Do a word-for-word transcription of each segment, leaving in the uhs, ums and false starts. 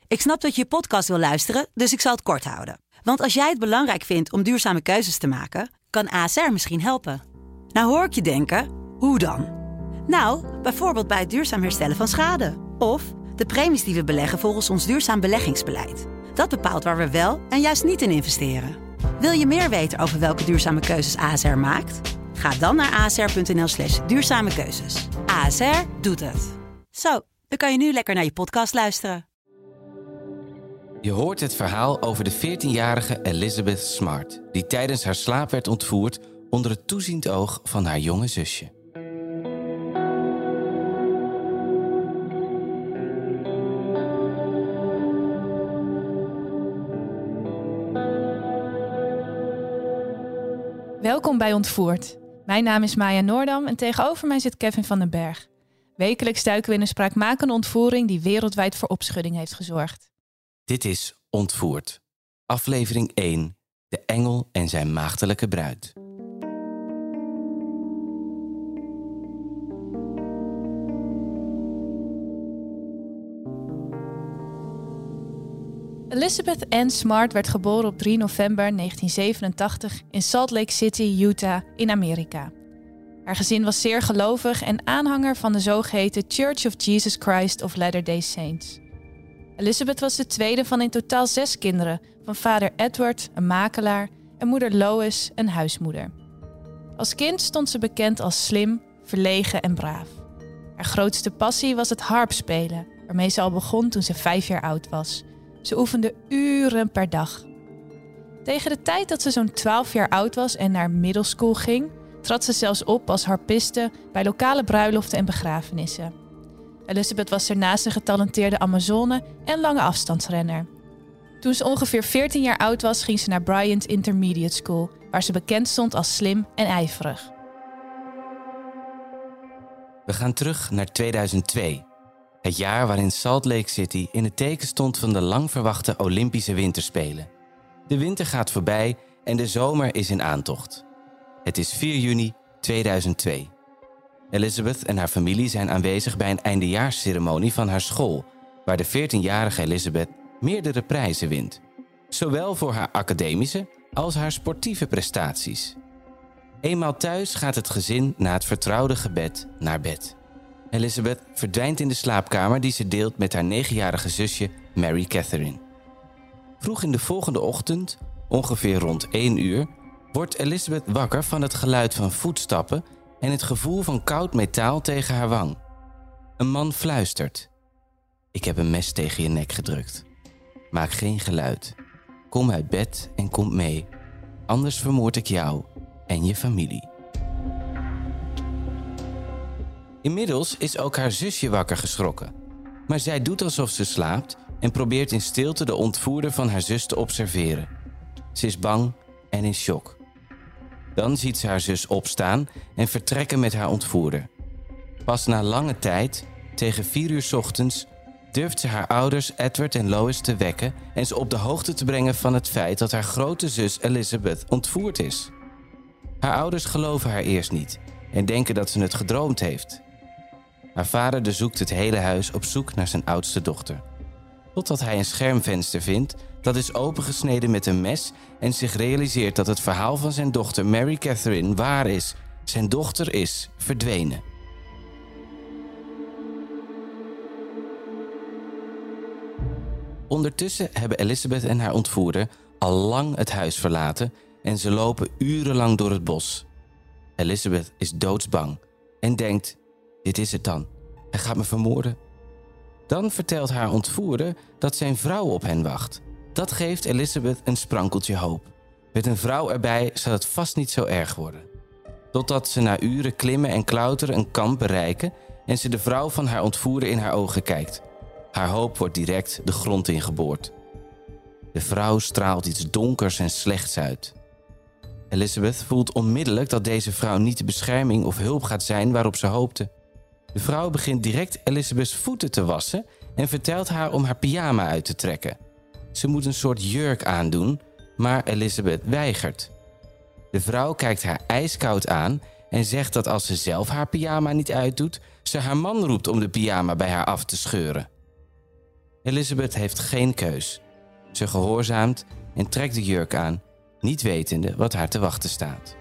Ik snap dat je je podcast wil luisteren, dus ik zal het kort houden. Want als jij het belangrijk vindt om duurzame keuzes te maken, kan A S R misschien helpen. Nou hoor ik je denken, hoe dan? Nou, bijvoorbeeld bij het duurzaam herstellen van schade. Of de premies die we beleggen volgens ons duurzaam beleggingsbeleid. Dat bepaalt waar we wel en juist niet in investeren. Wil je meer weten over welke duurzame keuzes A S R maakt? Ga dan naar asr.nl slash duurzame keuzes. A S R doet het. Zo, dan kan je nu lekker naar je podcast luisteren. Je hoort het verhaal over de veertienjarige Elizabeth Smart, die tijdens haar slaap werd ontvoerd onder het toeziend oog van haar jonge zusje. Welkom bij Ontvoerd. Mijn naam is Maya Noordam en tegenover mij zit Kevin van den Berg. Wekelijks duiken we in een spraakmakende ontvoering die wereldwijd voor opschudding heeft gezorgd. Dit is Ontvoerd, aflevering één, De Engel en zijn maagdelijke bruid. Elizabeth Ann Smart werd geboren op drie november negentien zevenentachtig in Salt Lake City, Utah, in Amerika. Haar gezin was zeer gelovig en aanhanger van de zogeheten Church of Jesus Christ of Latter-day Saints. Elizabeth was de tweede van in totaal zes kinderen, van vader Edward, een makelaar, en moeder Lois, een huismoeder. Als kind stond ze bekend als slim, verlegen en braaf. Haar grootste passie was het harpspelen, waarmee ze al begon toen ze vijf jaar oud was. Ze oefende uren per dag. Tegen de tijd dat ze zo'n twaalf jaar oud was en naar middelschool ging, trad ze zelfs op als harpiste bij lokale bruiloften en begrafenissen. Elizabeth was daarnaast een getalenteerde Amazone en lange afstandsrenner. Toen ze ongeveer veertien jaar oud was, ging ze naar Bryant Intermediate School, waar ze bekend stond als slim en ijverig. We gaan terug naar tweeduizend twee. Het jaar waarin Salt Lake City in het teken stond van de lang verwachte Olympische Winterspelen. De winter gaat voorbij en de zomer is in aantocht. Het is vier juni tweeduizend twee. Elizabeth en haar familie zijn aanwezig bij een eindejaarsceremonie van haar school, waar de veertienjarige Elizabeth meerdere prijzen wint. Zowel voor haar academische als haar sportieve prestaties. Eenmaal thuis gaat het gezin na het vertrouwde gebed naar bed. Elizabeth verdwijnt in de slaapkamer die ze deelt met haar negenjarige zusje Mary Catherine. Vroeg in de volgende ochtend, ongeveer rond één uur, wordt Elizabeth wakker van het geluid van voetstappen en het gevoel van koud metaal tegen haar wang. Een man fluistert. Ik heb een mes tegen je nek gedrukt. Maak geen geluid. Kom uit bed en kom mee. Anders vermoord ik jou en je familie. Inmiddels is ook haar zusje wakker geschrokken. Maar zij doet alsof ze slaapt en probeert in stilte de ontvoerder van haar zus te observeren. Ze is bang en in shock. Dan ziet ze haar zus opstaan en vertrekken met haar ontvoerder. Pas na lange tijd, tegen vier uur 's ochtends, durft ze haar ouders Edward en Lois te wekken en ze op de hoogte te brengen van het feit dat haar grote zus Elizabeth ontvoerd is. Haar ouders geloven haar eerst niet en denken dat ze het gedroomd heeft. Haar vader doorzoekt het hele huis op zoek naar zijn oudste dochter. Totdat hij een schermvenster vindt dat is opengesneden met een mes en zich realiseert dat het verhaal van zijn dochter Mary Catherine waar is. Zijn dochter is verdwenen. Ondertussen hebben Elizabeth en haar ontvoerder al lang het huis verlaten en ze lopen urenlang door het bos. Elizabeth is doodsbang en denkt, dit is het dan, hij gaat me vermoorden. Dan vertelt haar ontvoerder dat zijn vrouw op hen wacht. Dat geeft Elizabeth een sprankeltje hoop. Met een vrouw erbij zal het vast niet zo erg worden. Totdat ze na uren klimmen en klauteren een kamp bereiken en ze de vrouw van haar ontvoerder in haar ogen kijkt. Haar hoop wordt direct de grond ingeboord. De vrouw straalt iets donkers en slechts uit. Elizabeth voelt onmiddellijk dat deze vrouw niet de bescherming of hulp gaat zijn waarop ze hoopte. De vrouw begint direct Elizabeths voeten te wassen en vertelt haar om haar pyjama uit te trekken. Ze moet een soort jurk aandoen, maar Elizabeth weigert. De vrouw kijkt haar ijskoud aan en zegt dat als ze zelf haar pyjama niet uitdoet, ze haar man roept om de pyjama bij haar af te scheuren. Elizabeth heeft geen keus. Ze gehoorzaamt en trekt de jurk aan, niet wetende wat haar te wachten staat.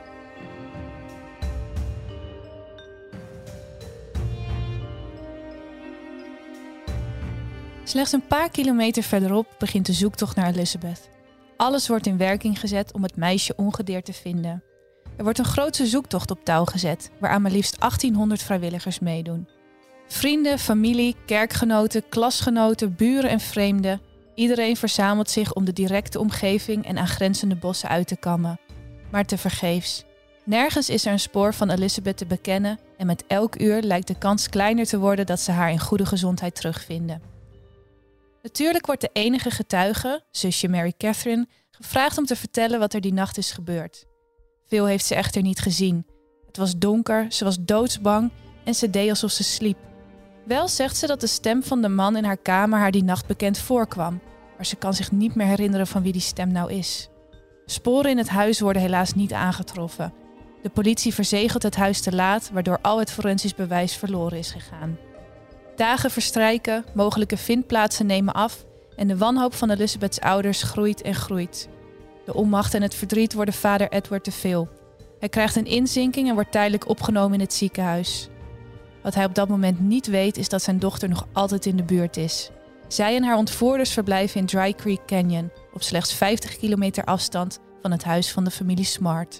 Slechts een paar kilometer verderop begint de zoektocht naar Elizabeth. Alles wordt in werking gezet om het meisje ongedeerd te vinden. Er wordt een grootse zoektocht op touw gezet, waaraan maar liefst achttienhonderd vrijwilligers meedoen. Vrienden, familie, kerkgenoten, klasgenoten, buren en vreemden. Iedereen verzamelt zich om de directe omgeving en aangrenzende bossen uit te kammen. Maar tevergeefs. Nergens is er een spoor van Elizabeth te bekennen en met elk uur lijkt de kans kleiner te worden dat ze haar in goede gezondheid terugvinden. Natuurlijk wordt de enige getuige, zusje Mary Catherine, gevraagd om te vertellen wat er die nacht is gebeurd. Veel heeft ze echter niet gezien. Het was donker, ze was doodsbang en ze deed alsof ze sliep. Wel zegt ze dat de stem van de man in haar kamer haar die nacht bekend voorkwam, maar ze kan zich niet meer herinneren van wie die stem nou is. Sporen in het huis worden helaas niet aangetroffen. De politie verzegelt het huis te laat, waardoor al het forensisch bewijs verloren is gegaan. Dagen verstrijken, mogelijke vindplaatsen nemen af en de wanhoop van Elizabeths ouders groeit en groeit. De onmacht en het verdriet worden vader Edward te veel. Hij krijgt een inzinking en wordt tijdelijk opgenomen in het ziekenhuis. Wat hij op dat moment niet weet is dat zijn dochter nog altijd in de buurt is. Zij en haar ontvoerders verblijven in Dry Creek Canyon, op slechts vijftig kilometer afstand van het huis van de familie Smart.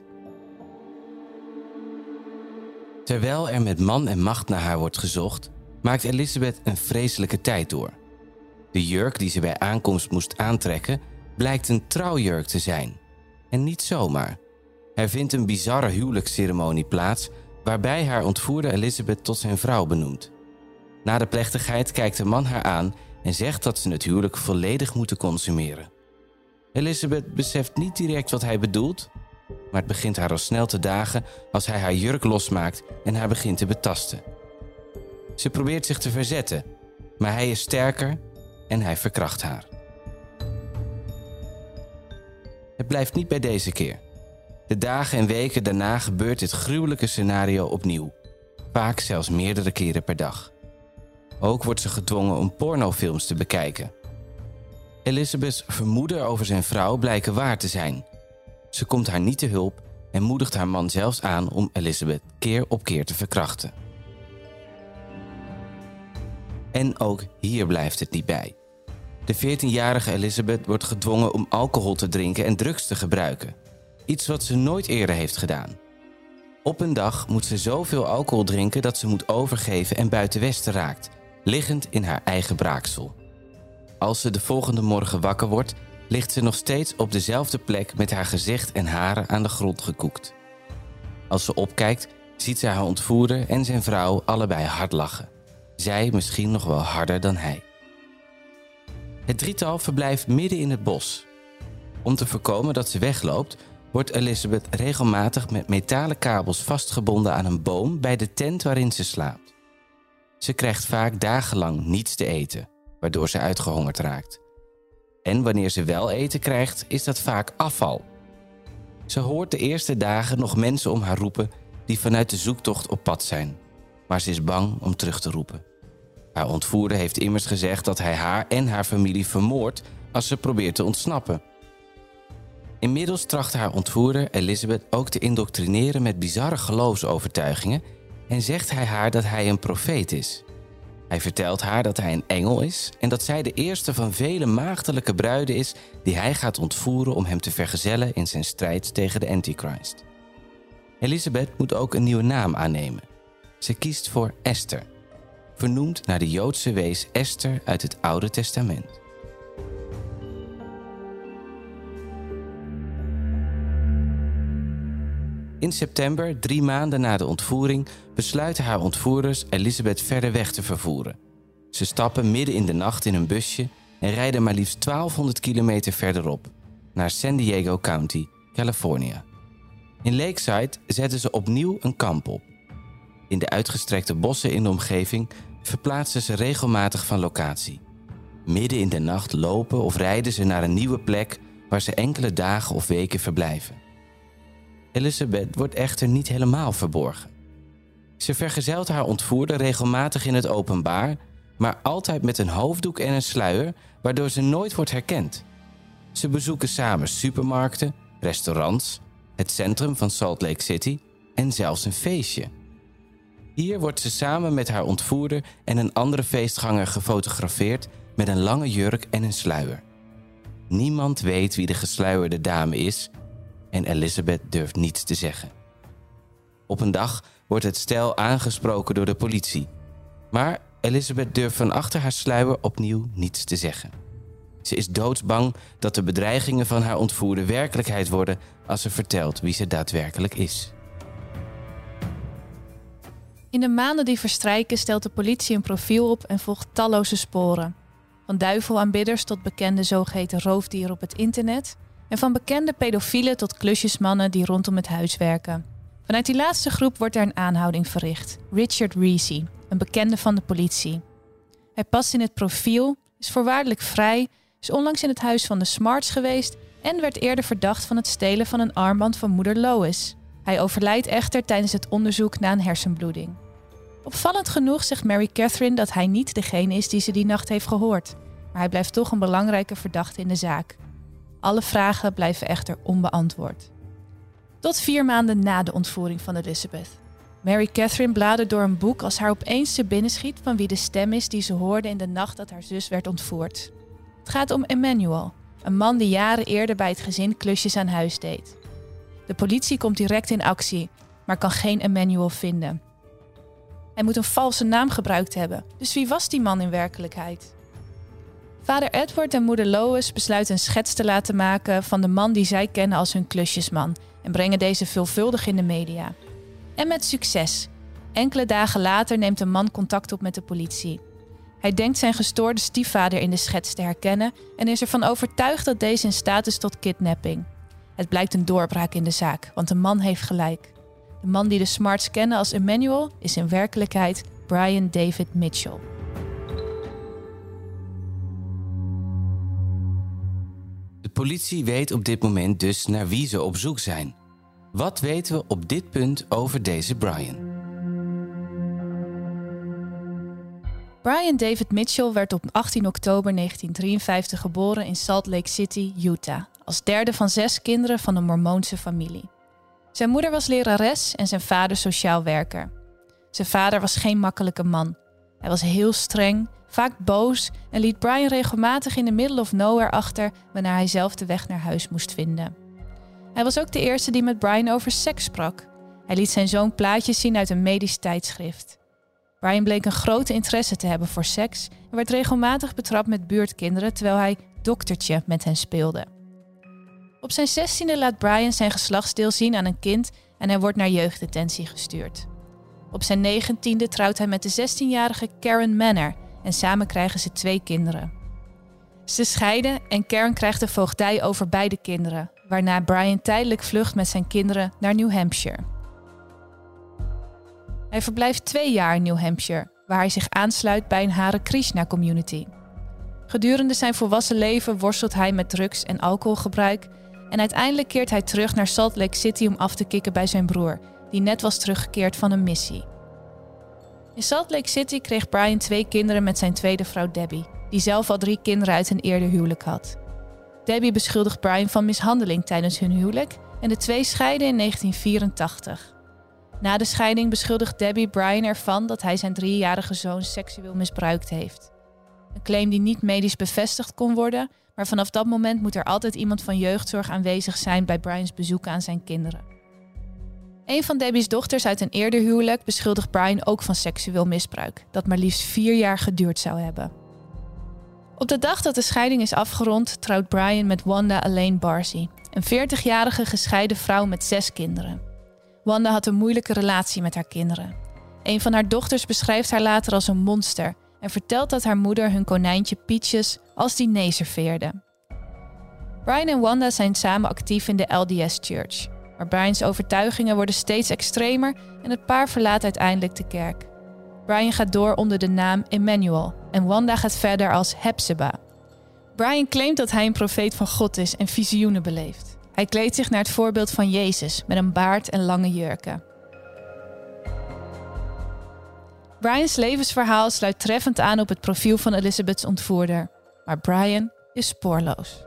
Terwijl er met man en macht naar haar wordt gezocht, maakt Elizabeth een vreselijke tijd door. De jurk die ze bij aankomst moest aantrekken, blijkt een trouwjurk te zijn. En niet zomaar. Er vindt een bizarre huwelijksceremonie plaats, waarbij haar ontvoerder Elizabeth tot zijn vrouw benoemt. Na de plechtigheid kijkt de man haar aan en zegt dat ze het huwelijk volledig moeten consumeren. Elizabeth beseft niet direct wat hij bedoelt, maar het begint haar al snel te dagen als hij haar jurk losmaakt en haar begint te betasten. Ze probeert zich te verzetten, maar hij is sterker en hij verkracht haar. Het blijft niet bij deze keer. De dagen en weken daarna gebeurt dit gruwelijke scenario opnieuw. Vaak zelfs meerdere keren per dag. Ook wordt ze gedwongen om pornofilms te bekijken. Elizabeth's vermoeden over zijn vrouw blijken waar te zijn. Ze komt haar niet te hulp en moedigt haar man zelfs aan om Elizabeth keer op keer te verkrachten. En ook hier blijft het niet bij. De veertienjarige Elizabeth wordt gedwongen om alcohol te drinken en drugs te gebruiken. Iets wat ze nooit eerder heeft gedaan. Op een dag moet ze zoveel alcohol drinken dat ze moet overgeven en buiten Westen raakt, liggend in haar eigen braaksel. Als ze de volgende morgen wakker wordt, ligt ze nog steeds op dezelfde plek met haar gezicht en haren aan de grond gekoekt. Als ze opkijkt, ziet ze haar ontvoerder en zijn vrouw allebei hard lachen. Zij misschien nog wel harder dan hij. Het drietal verblijft midden in het bos. Om te voorkomen dat ze wegloopt, wordt Elizabeth regelmatig met metalen kabels vastgebonden aan een boom bij de tent waarin ze slaapt. Ze krijgt vaak dagenlang niets te eten, waardoor ze uitgehongerd raakt. En wanneer ze wel eten krijgt, is dat vaak afval. Ze hoort de eerste dagen nog mensen om haar roepen die vanuit de zoektocht op pad zijn. Maar ze is bang om terug te roepen. Haar ontvoerder heeft immers gezegd dat hij haar en haar familie vermoordt als ze probeert te ontsnappen. Inmiddels tracht haar ontvoerder Elizabeth ook te indoctrineren met bizarre geloofsovertuigingen en zegt hij haar dat hij een profeet is. Hij vertelt haar dat hij een engel is en dat zij de eerste van vele maagdelijke bruiden is die hij gaat ontvoeren om hem te vergezellen in zijn strijd tegen de Antichrist. Elizabeth moet ook een nieuwe naam aannemen. Ze kiest voor Esther, vernoemd naar de Joodse wees Esther uit het Oude Testament. In september, drie maanden na de ontvoering, besluiten haar ontvoerders Elizabeth verder weg te vervoeren. Ze stappen midden in de nacht in een busje en rijden maar liefst twaalfhonderd kilometer verderop, naar San Diego County, Californië. In Lakeside zetten ze opnieuw een kamp op. In de uitgestrekte bossen in de omgeving verplaatsen ze regelmatig van locatie. Midden in de nacht lopen of rijden ze naar een nieuwe plek waar ze enkele dagen of weken verblijven. Elizabeth wordt echter niet helemaal verborgen. Ze vergezelt haar ontvoerder regelmatig in het openbaar, maar altijd met een hoofddoek en een sluier, waardoor ze nooit wordt herkend. Ze bezoeken samen supermarkten, restaurants, het centrum van Salt Lake City en zelfs een feestje. Hier wordt ze samen met haar ontvoerder en een andere feestganger gefotografeerd met een lange jurk en een sluier. Niemand weet wie de gesluierde dame is en Elizabeth durft niets te zeggen. Op een dag wordt het stel aangesproken door de politie, maar Elizabeth durft van achter haar sluier opnieuw niets te zeggen. Ze is doodsbang dat de bedreigingen van haar ontvoerder werkelijkheid worden als ze vertelt wie ze daadwerkelijk is. In de maanden die verstrijken stelt de politie een profiel op en volgt talloze sporen. Van duivelaanbidders tot bekende zogeheten roofdieren op het internet en van bekende pedofielen tot klusjesmannen die rondom het huis werken. Vanuit die laatste groep wordt er een aanhouding verricht. Richard Reese, een bekende van de politie. Hij past in het profiel, is voorwaardelijk vrij, is onlangs in het huis van de Smarts geweest en werd eerder verdacht van het stelen van een armband van moeder Lois. Hij overlijdt echter tijdens het onderzoek na een hersenbloeding. Opvallend genoeg zegt Mary Catherine dat hij niet degene is die ze die nacht heeft gehoord, maar hij blijft toch een belangrijke verdachte in de zaak. Alle vragen blijven echter onbeantwoord. Tot vier maanden na de ontvoering van Elizabeth. Mary Catherine bladert door een boek als haar opeens te binnen schiet van wie de stem is die ze hoorde in de nacht dat haar zus werd ontvoerd. Het gaat om Emmanuel, een man die jaren eerder bij het gezin klusjes aan huis deed. De politie komt direct in actie, maar kan geen Emmanuel vinden. Hij moet een valse naam gebruikt hebben, dus wie was die man in werkelijkheid? Vader Edward en moeder Lois besluiten een schets te laten maken van de man die zij kennen als hun klusjesman en brengen deze veelvuldig in de media. En met succes. Enkele dagen later neemt een man contact op met de politie. Hij denkt zijn gestoorde stiefvader in de schets te herkennen en is ervan overtuigd dat deze in staat is tot kidnapping. Het blijkt een doorbraak in de zaak, want de man heeft gelijk. De man die de Smarts kennen als Emmanuel is in werkelijkheid Brian David Mitchell. De politie weet op dit moment dus naar wie ze op zoek zijn. Wat weten we op dit punt over deze Brian? Brian David Mitchell werd op achttien oktober negentien drieënvijftig geboren in Salt Lake City, Utah, als derde van zes kinderen van een Mormoonse familie. Zijn moeder was lerares en zijn vader sociaal werker. Zijn vader was geen makkelijke man. Hij was heel streng, vaak boos en liet Brian regelmatig in the middle of nowhere achter wanneer hij zelf de weg naar huis moest vinden. Hij was ook de eerste die met Brian over seks sprak. Hij liet zijn zoon plaatjes zien uit een medisch tijdschrift. Brian bleek een grote interesse te hebben voor seks en werd regelmatig betrapt met buurtkinderen terwijl hij doktertje met hen speelde. Op zijn zestiende laat Brian zijn geslachtsdeel zien aan een kind en hij wordt naar jeugddetentie gestuurd. Op zijn negentiende trouwt hij met de zestienjarige Karen Manor en samen krijgen ze twee kinderen. Ze scheiden en Karen krijgt de voogdij over beide kinderen, waarna Brian tijdelijk vlucht met zijn kinderen naar New Hampshire. Hij verblijft twee jaar in New Hampshire, waar hij zich aansluit bij een Hare Krishna community. Gedurende zijn volwassen leven worstelt hij met drugs- en alcoholgebruik en uiteindelijk keert hij terug naar Salt Lake City om af te kicken bij zijn broer, die net was teruggekeerd van een missie. In Salt Lake City kreeg Brian twee kinderen met zijn tweede vrouw Debbie, die zelf al drie kinderen uit een eerder huwelijk had. Debbie beschuldigt Brian van mishandeling tijdens hun huwelijk en de twee scheiden in negentien vierentachtig. Na de scheiding beschuldigt Debbie Brian ervan dat hij zijn driejarige zoon seksueel misbruikt heeft. Een claim die niet medisch bevestigd kon worden, maar vanaf dat moment moet er altijd iemand van jeugdzorg aanwezig zijn bij Brians bezoeken aan zijn kinderen. Een van Debbie's dochters uit een eerder huwelijk beschuldigt Brian ook van seksueel misbruik, dat maar liefst vier jaar geduurd zou hebben. Op de dag dat de scheiding is afgerond, trouwt Brian met Wanda Elaine Barzee, een veertigjarige gescheiden vrouw met zes kinderen. Wanda had een moeilijke relatie met haar kinderen. Een van haar dochters beschrijft haar later als een monster en vertelt dat haar moeder hun konijntje Peaches als diner serveerde. Brian en Wanda zijn samen actief in de L D S Church, maar Brians overtuigingen worden steeds extremer en het paar verlaat uiteindelijk de kerk. Brian gaat door onder de naam Emmanuel en Wanda gaat verder als Hepzibah. Brian claimt dat hij een profeet van God is en visioenen beleeft. Hij kleedt zich naar het voorbeeld van Jezus met een baard en lange jurken. Brian's levensverhaal sluit treffend aan op het profiel van Elizabeth's ontvoerder. Maar Brian is spoorloos.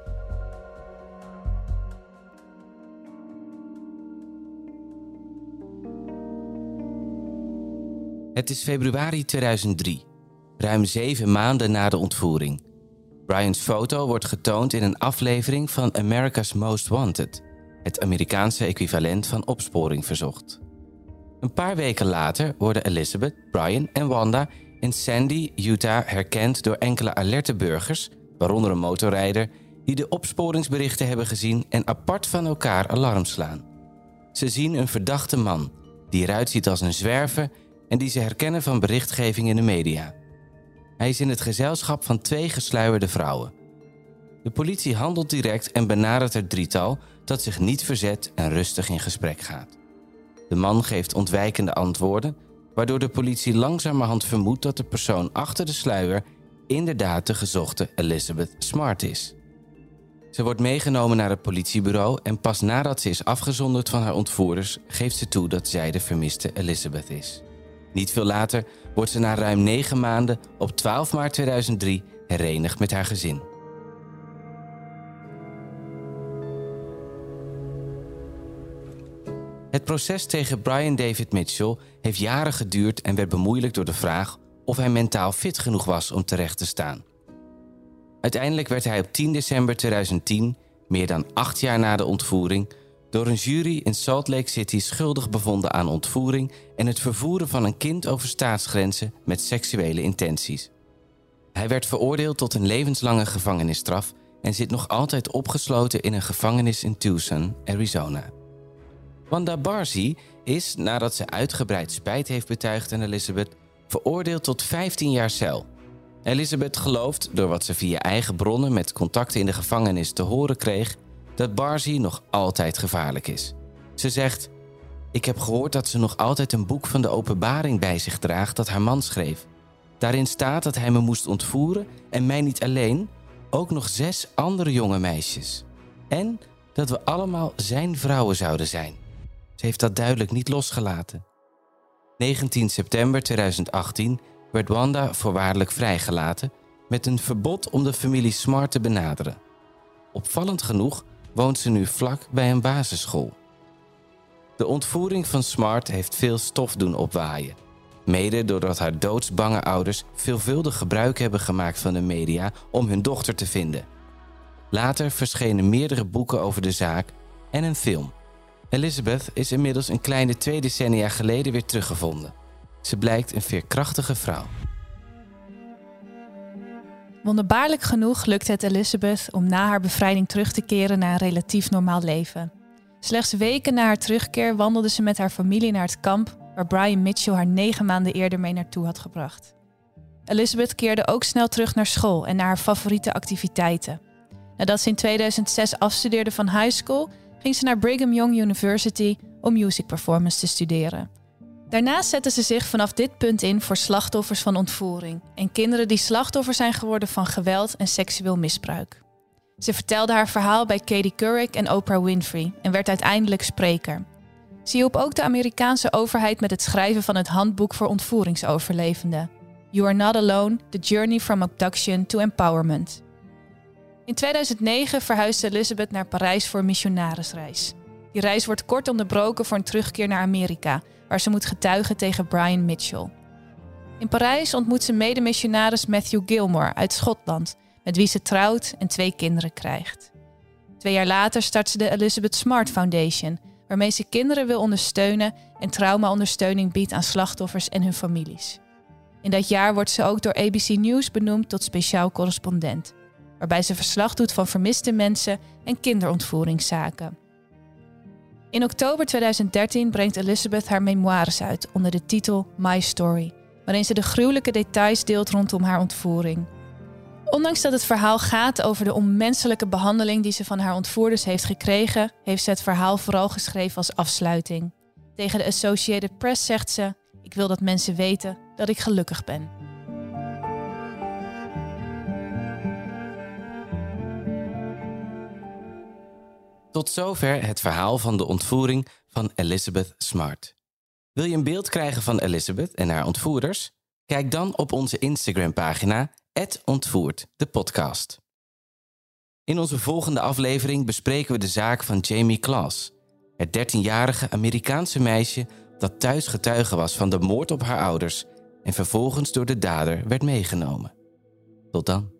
Het is februari tweeduizend drie, ruim zeven maanden na de ontvoering. Brian's foto wordt getoond in een aflevering van America's Most Wanted, het Amerikaanse equivalent van Opsporing Verzocht. Een paar weken later worden Elizabeth, Brian en Wanda in Sandy, Utah herkend door enkele alerte burgers, waaronder een motorrijder, die de opsporingsberichten hebben gezien en apart van elkaar alarm slaan. Ze zien een verdachte man, die eruit ziet als een zwerver en die ze herkennen van berichtgeving in de media. Hij is in het gezelschap van twee gesluierde vrouwen. De politie handelt direct en benadert het drietal dat zich niet verzet en rustig in gesprek gaat. De man geeft ontwijkende antwoorden, waardoor de politie langzamerhand vermoedt dat de persoon achter de sluier inderdaad de gezochte Elizabeth Smart is. Ze wordt meegenomen naar het politiebureau en pas nadat ze is afgezonderd van haar ontvoerders geeft ze toe dat zij de vermiste Elizabeth is. Niet veel later wordt ze na ruim negen maanden op twaalf maart tweeduizend drie herenigd met haar gezin. Het proces tegen Brian David Mitchell heeft jaren geduurd en werd bemoeilijkt door de vraag of hij mentaal fit genoeg was om terecht te staan. Uiteindelijk werd hij op tien december tweeduizend tien, meer dan acht jaar na de ontvoering, door een jury in Salt Lake City schuldig bevonden aan ontvoering en het vervoeren van een kind over staatsgrenzen met seksuele intenties. Hij werd veroordeeld tot een levenslange gevangenisstraf en zit nog altijd opgesloten in een gevangenis in Tucson, Arizona. Wanda Barzee is, nadat ze uitgebreid spijt heeft betuigd aan Elizabeth, veroordeeld tot vijftien jaar cel. Elizabeth gelooft, door wat ze via eigen bronnen met contacten in de gevangenis te horen kreeg, dat Barzee nog altijd gevaarlijk is. Ze zegt: "Ik heb gehoord dat ze nog altijd een boek van de openbaring bij zich draagt dat haar man schreef. Daarin staat dat hij me moest ontvoeren en mij niet alleen, ook nog zes andere jonge meisjes. En dat we allemaal zijn vrouwen zouden zijn." Ze heeft dat duidelijk niet losgelaten. negentien september tweeduizend achttien werd Wanda voorwaardelijk vrijgelaten met een verbod om de familie Smart te benaderen. Opvallend genoeg woont ze nu vlak bij een basisschool. De ontvoering van Smart heeft veel stof doen opwaaien. Mede doordat haar doodsbange ouders veelvuldig gebruik hebben gemaakt van de media om hun dochter te vinden. Later verschenen meerdere boeken over de zaak en een film. Elizabeth is inmiddels een kleine twee decennia geleden weer teruggevonden. Ze blijkt een veerkrachtige vrouw. Wonderbaarlijk genoeg lukt het Elizabeth om na haar bevrijding terug te keren naar een relatief normaal leven. Slechts weken na haar terugkeer wandelde ze met haar familie naar het kamp waar Brian Mitchell haar negen maanden eerder mee naartoe had gebracht. Elizabeth keerde ook snel terug naar school en naar haar favoriete activiteiten. Nadat ze in tweeduizend zes afstudeerde van high school, ging ze naar Brigham Young University om music performance te studeren. Daarnaast zette ze zich vanaf dit punt in voor slachtoffers van ontvoering en kinderen die slachtoffer zijn geworden van geweld en seksueel misbruik. Ze vertelde haar verhaal bij Katie Couric en Oprah Winfrey en werd uiteindelijk spreker. Ze hielp ook de Amerikaanse overheid met het schrijven van het handboek voor ontvoeringsoverlevenden. You are not alone, the journey from abduction to empowerment. In tweeduizend negen verhuisde Elizabeth naar Parijs voor een missionarisreis. Die reis wordt kort onderbroken voor een terugkeer naar Amerika, waar ze moet getuigen tegen Brian Mitchell. In Parijs ontmoet ze medemissionaris Matthew Gilmore uit Schotland, met wie ze trouwt en twee kinderen krijgt. Twee jaar later start ze de Elizabeth Smart Foundation, waarmee ze kinderen wil ondersteunen en traumaondersteuning biedt aan slachtoffers en hun families. In dat jaar wordt ze ook door A B C News benoemd tot speciaal correspondent, waarbij ze verslag doet van vermiste mensen en kinderontvoeringszaken. In oktober tweeduizend dertien brengt Elizabeth haar memoires uit onder de titel My Story, waarin ze de gruwelijke details deelt rondom haar ontvoering. Ondanks dat het verhaal gaat over de onmenselijke behandeling die ze van haar ontvoerders heeft gekregen, heeft ze het verhaal vooral geschreven als afsluiting. Tegen de Associated Press zegt ze: "Ik wil dat mensen weten dat ik gelukkig ben." Tot zover het verhaal van de ontvoering van Elizabeth Smart. Wil je een beeld krijgen van Elizabeth en haar ontvoerders? Kijk dan op onze Instagram-pagina at ontvoerd de podcast. In onze volgende aflevering bespreken we de zaak van Jamie Klaas, het dertienjarige Amerikaanse meisje dat thuis getuige was van de moord op haar ouders en vervolgens door de dader werd meegenomen. Tot dan.